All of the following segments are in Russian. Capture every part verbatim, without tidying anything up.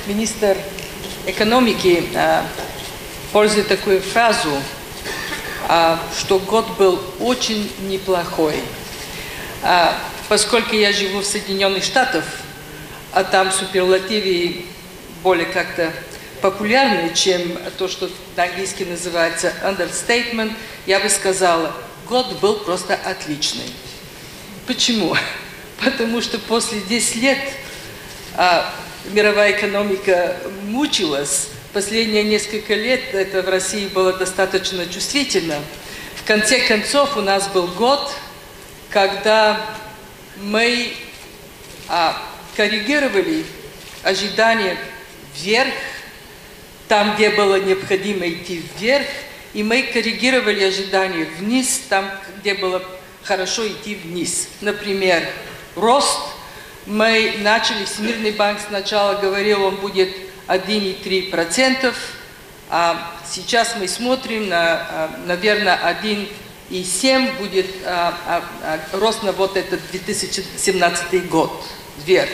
министр экономики э, пользует такую фразу, э, что год был очень неплохой. Э, поскольку я живу в Соединенных Штатах, а там суперлативы более как-то популярны, чем то, что на-английски называется understatement, я бы сказала, год был просто отличный. Почему? Потому что после десяти лет а, мировая экономика мучилась. Последние несколько лет это в России было достаточно чувствительно. В конце концов у нас был год, когда мы а, коррегировали ожидания вверх, там, где было необходимо идти вверх, и мы коррегировали ожидания вниз, там, где было хорошо идти вниз. Например, рост. Мы начали, Всемирный банк сначала говорил, он будет один и три десятых процента, а сейчас мы смотрим на, наверное, один и семь десятых будет а, а, а, рост на вот этот две тысячи семнадцатый год вверх.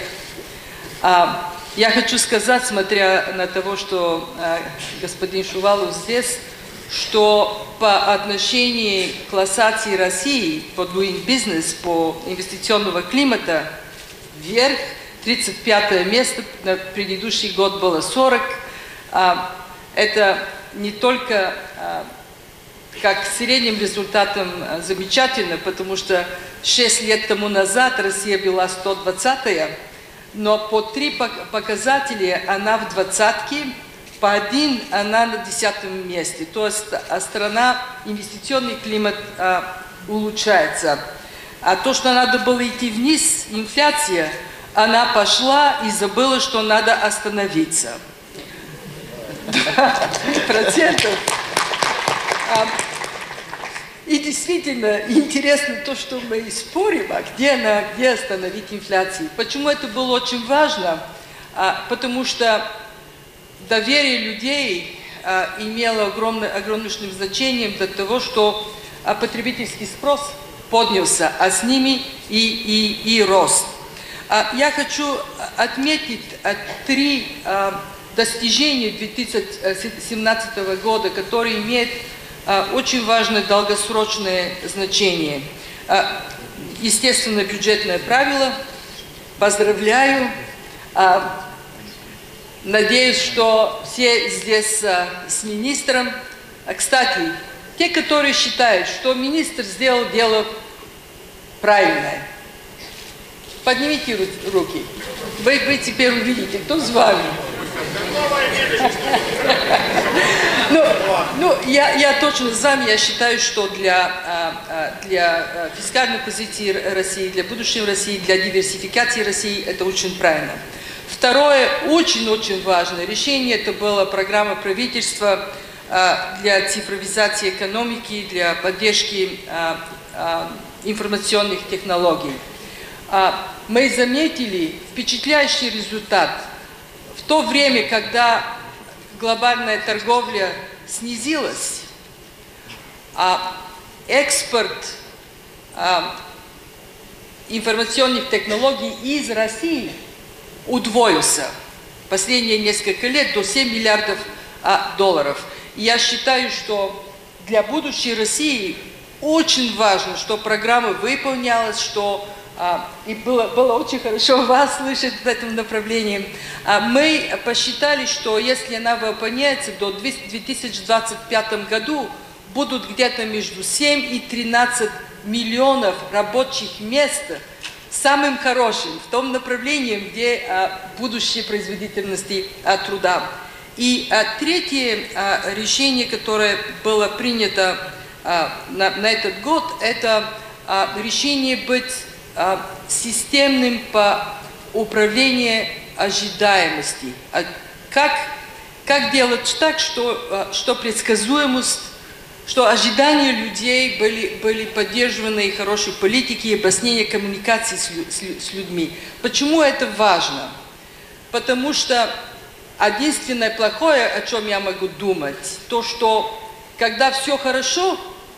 А, я хочу сказать, смотря на то, что а, господин Шувалов здесь, что по отношению к классации России по Doing Business, по инвестиционного климата, вверх, тридцать пятое место, на предыдущий год было сорок. Это не только как средним результатом замечательно, потому что шесть лет тому назад Россия была сто двадцатая, но по три показателя она в двадцатке, по один она на десятом месте. То есть страна, инвестиционный климат а, улучшается. А то, что надо было идти вниз, инфляция, она пошла и забыла, что надо остановиться. двадцать процентов. И действительно интересно то, что мы спорим, а где, она, где остановить инфляцию. Почему это было очень важно? А, потому что доверие людей а, имело огромное, огромное значение для того, что а, потребительский спрос поднялся, а с ними и, и, и рост. А, я хочу отметить а, три а, достижения две тысячи семнадцатого года, которые имеют а, очень важное долгосрочное значение. А, естественно, бюджетное правило. Поздравляю. А, Надеюсь, что все здесь а, с министром. А, кстати, те, которые считают, что министр сделал дело правильное, поднимите руки. Вы, вы теперь увидите, кто с вами. Ну, ну я, я точно сам, я считаю, что для, для фискальной позиции России, для будущего России, для диверсификации России это очень правильно. Второе, очень-очень важное решение, это была программа правительства для цифровизации экономики, для поддержки информационных технологий. Мы заметили впечатляющий результат. В то время, когда глобальная торговля снизилась, а экспорт информационных технологий из России удвоился последние несколько лет до семи миллиардов а, долларов. И я считаю, что для будущей России очень важно, что программа выполнялась, что а, и было, было очень хорошо вас слышать в этом направлении. А, мы посчитали, что если она выполняется до две тысячи двадцать пятого году, будут где-то между семь и тринадцать миллионов рабочих мест, самым хорошим, в том направлении, где а, будущее производительности а, труда. И а, третье а, решение, которое было принято а, на, на этот год, это а, решение быть а, системным по управлению ожидаемости. А как, как делать так, что, а, что предсказуемость, что ожидания людей были, были поддержаны хорошей политикой и объяснение коммуникации с, с, с людьми. Почему это важно? Потому что единственное плохое, о чем я могу думать, то, что когда все хорошо,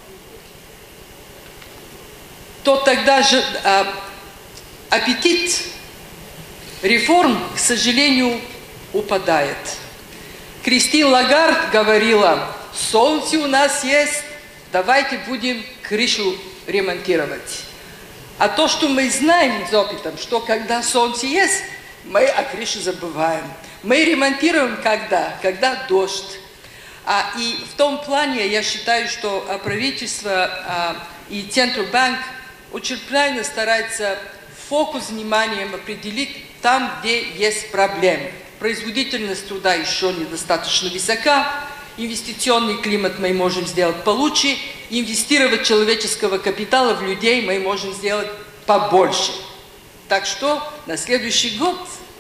то тогда же а, аппетит реформ, к сожалению, упадает. Кристин Лагард говорила: солнце у нас есть, давайте будем крышу ремонтировать. А то, что мы знаем с опытом, что когда солнце есть, мы о крыше забываем. Мы ремонтируем когда? Когда дождь. А, и в том плане я считаю, что правительство а, и Центробанк очень правильно стараются фокус внимания определить там, где есть проблемы. Производительность труда еще недостаточно высока, инвестиционный климат мы можем сделать получше, инвестировать человеческого капитала в людей мы можем сделать побольше. Так что на следующий год,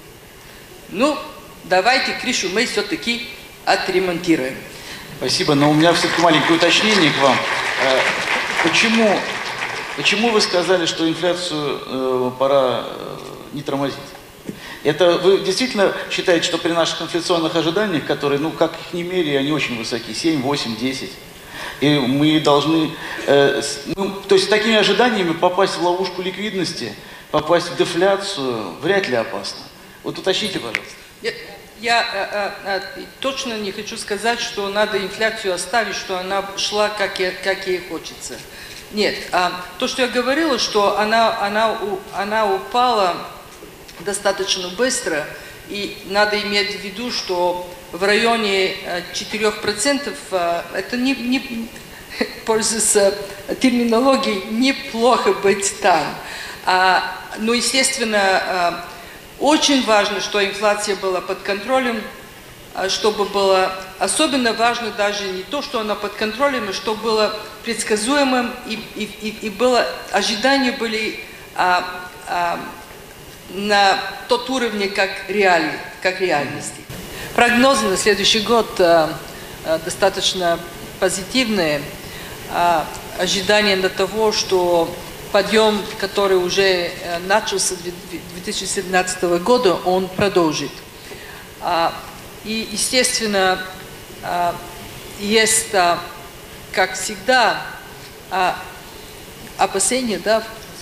ну, давайте крышу мы все-таки отремонтируем. Спасибо, но у меня все-таки маленькое уточнение к вам. Почему, почему вы сказали, что инфляцию э, пора э, не тормозить? Это вы действительно считаете, что при наших инфляционных ожиданиях, которые, ну, как их не меряя, они очень высоки, семь, восемь, десять, и мы должны, э, ну, то есть с такими ожиданиями попасть в ловушку ликвидности, попасть в дефляцию вряд ли опасно? Вот уточните, пожалуйста. Я, я а, а, точно не хочу сказать, что надо инфляцию оставить, что она шла, как, я, как ей хочется. Нет, а, то, что я говорила, что она, она, она упала достаточно быстро, и надо иметь в виду, что в районе четырёх процентов, это не, не пользуясь терминологией, неплохо быть там. А, но, естественно, очень важно, что инфляция была под контролем, чтобы было особенно важно даже не то, что она под контролем, а что было предсказуемым, и, и, и, и было, ожидания были а, а, на тот уровень, как, реаль, как реальности. Прогнозы на следующий год а, а, достаточно позитивные. А, ожидания на того, что подъем, который уже а, начался с две тысячи семнадцатого года, он продолжит. А, и, естественно, а, есть, а, как всегда, а, опасения, да,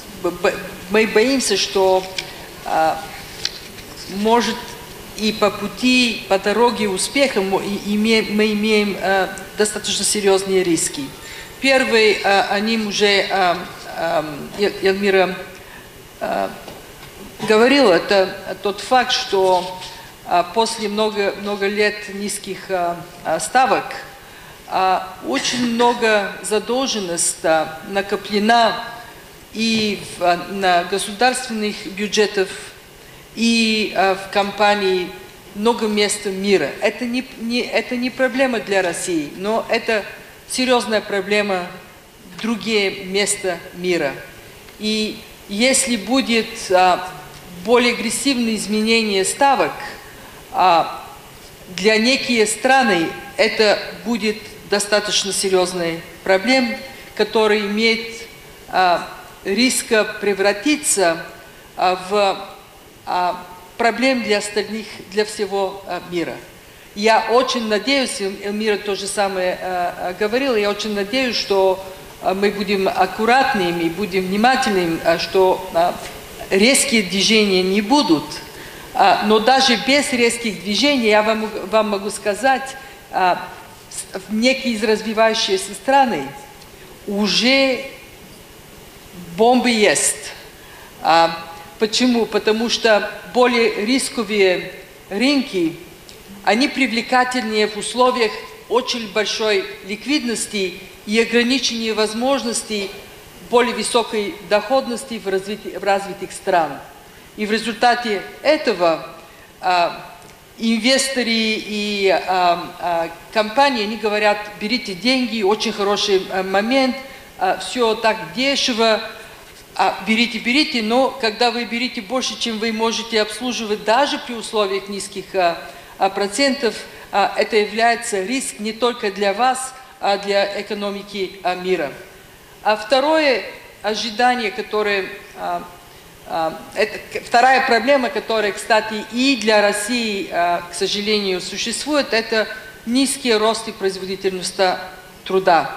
мы боимся, что а, может и по пути, по дороге успеха мы имеем а, достаточно серьезные риски. Первый, а, о ним уже а, а, Эльмира а, говорила, это тот факт, что а, после много, много лет низких а, ставок а, очень много задолженности а, накоплена и в, на государственных бюджетах, и а, в компании много мест мира. Это не, не, это не проблема для России, но это серьезная проблема в другие места мира. И если будет а, более агрессивное изменение ставок, а, для некие страны это будет достаточно серьезной проблемой, которая имеет а, риск превратиться а, в а, проблем для остальных, для всего а, мира. Я очень надеюсь, Эльмира то же самое а, говорила, я очень надеюсь, что а, мы будем аккуратными, будем внимательными, а, что а, резкие движения не будут. А, но даже без резких движений, я вам, вам могу сказать, а, в некие из развивающиеся страны уже бомбы есть. А, почему? Потому что более рисковые рынки, они привлекательнее в условиях очень большой ликвидности и ограничения возможностей более высокой доходности в, развитии, в развитых странах. И в результате этого а, инвесторы и а, а, компании, они говорят: берите деньги, очень хороший а, момент, а, все так дешево, а, берите, берите, но когда вы берете больше, чем вы можете обслуживать, даже при условиях низких а, а, процентов, а, это является риск не только для вас, а для экономики а, мира. А второе ожидание, которое... А, Это вторая проблема, которая, кстати, и для России, к сожалению, существует, это низкий рост и производительность труда.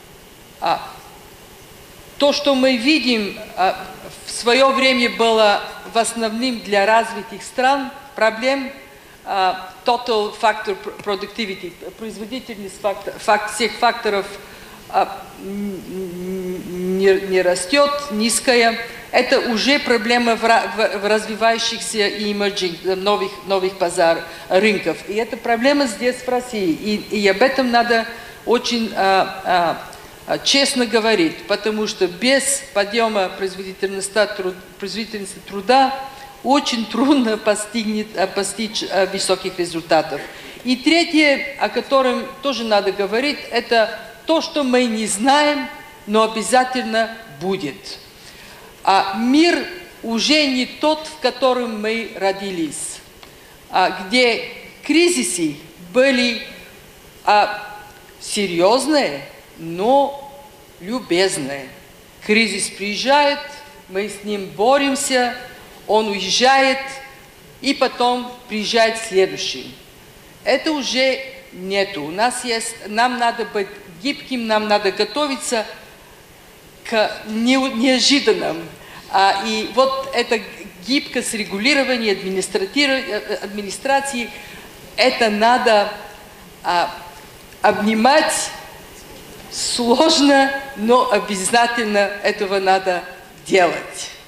То, что мы видим, в свое время было в основном для развитых стран проблем, а, total factor productivity, производительность фактор, факт, всех факторов а, не, не растет, низкая. Это уже проблема в, в, в развивающихся и emerging, новых, новых базар, рынков. И это проблема здесь, в России. И, и об этом надо очень а, а, честно говорить, потому что без подъема производительности, труд, производительности труда очень трудно постигнет, постичь высоких результатов. И третье, о котором тоже надо говорить, это то, что мы не знаем, но обязательно будет. А мир уже не тот, в котором мы родились, а где кризисы были а, серьезные, но любезные. Кризис приезжает, мы с ним боремся, он уезжает, и потом приезжает следующий. Это уже нету. У нас есть, нам надо быть гибким, нам надо готовиться к неожиданным. А, и вот эта гибкость регулирования, администрации, это надо а, обнимать сложно, но обязательно этого надо делать.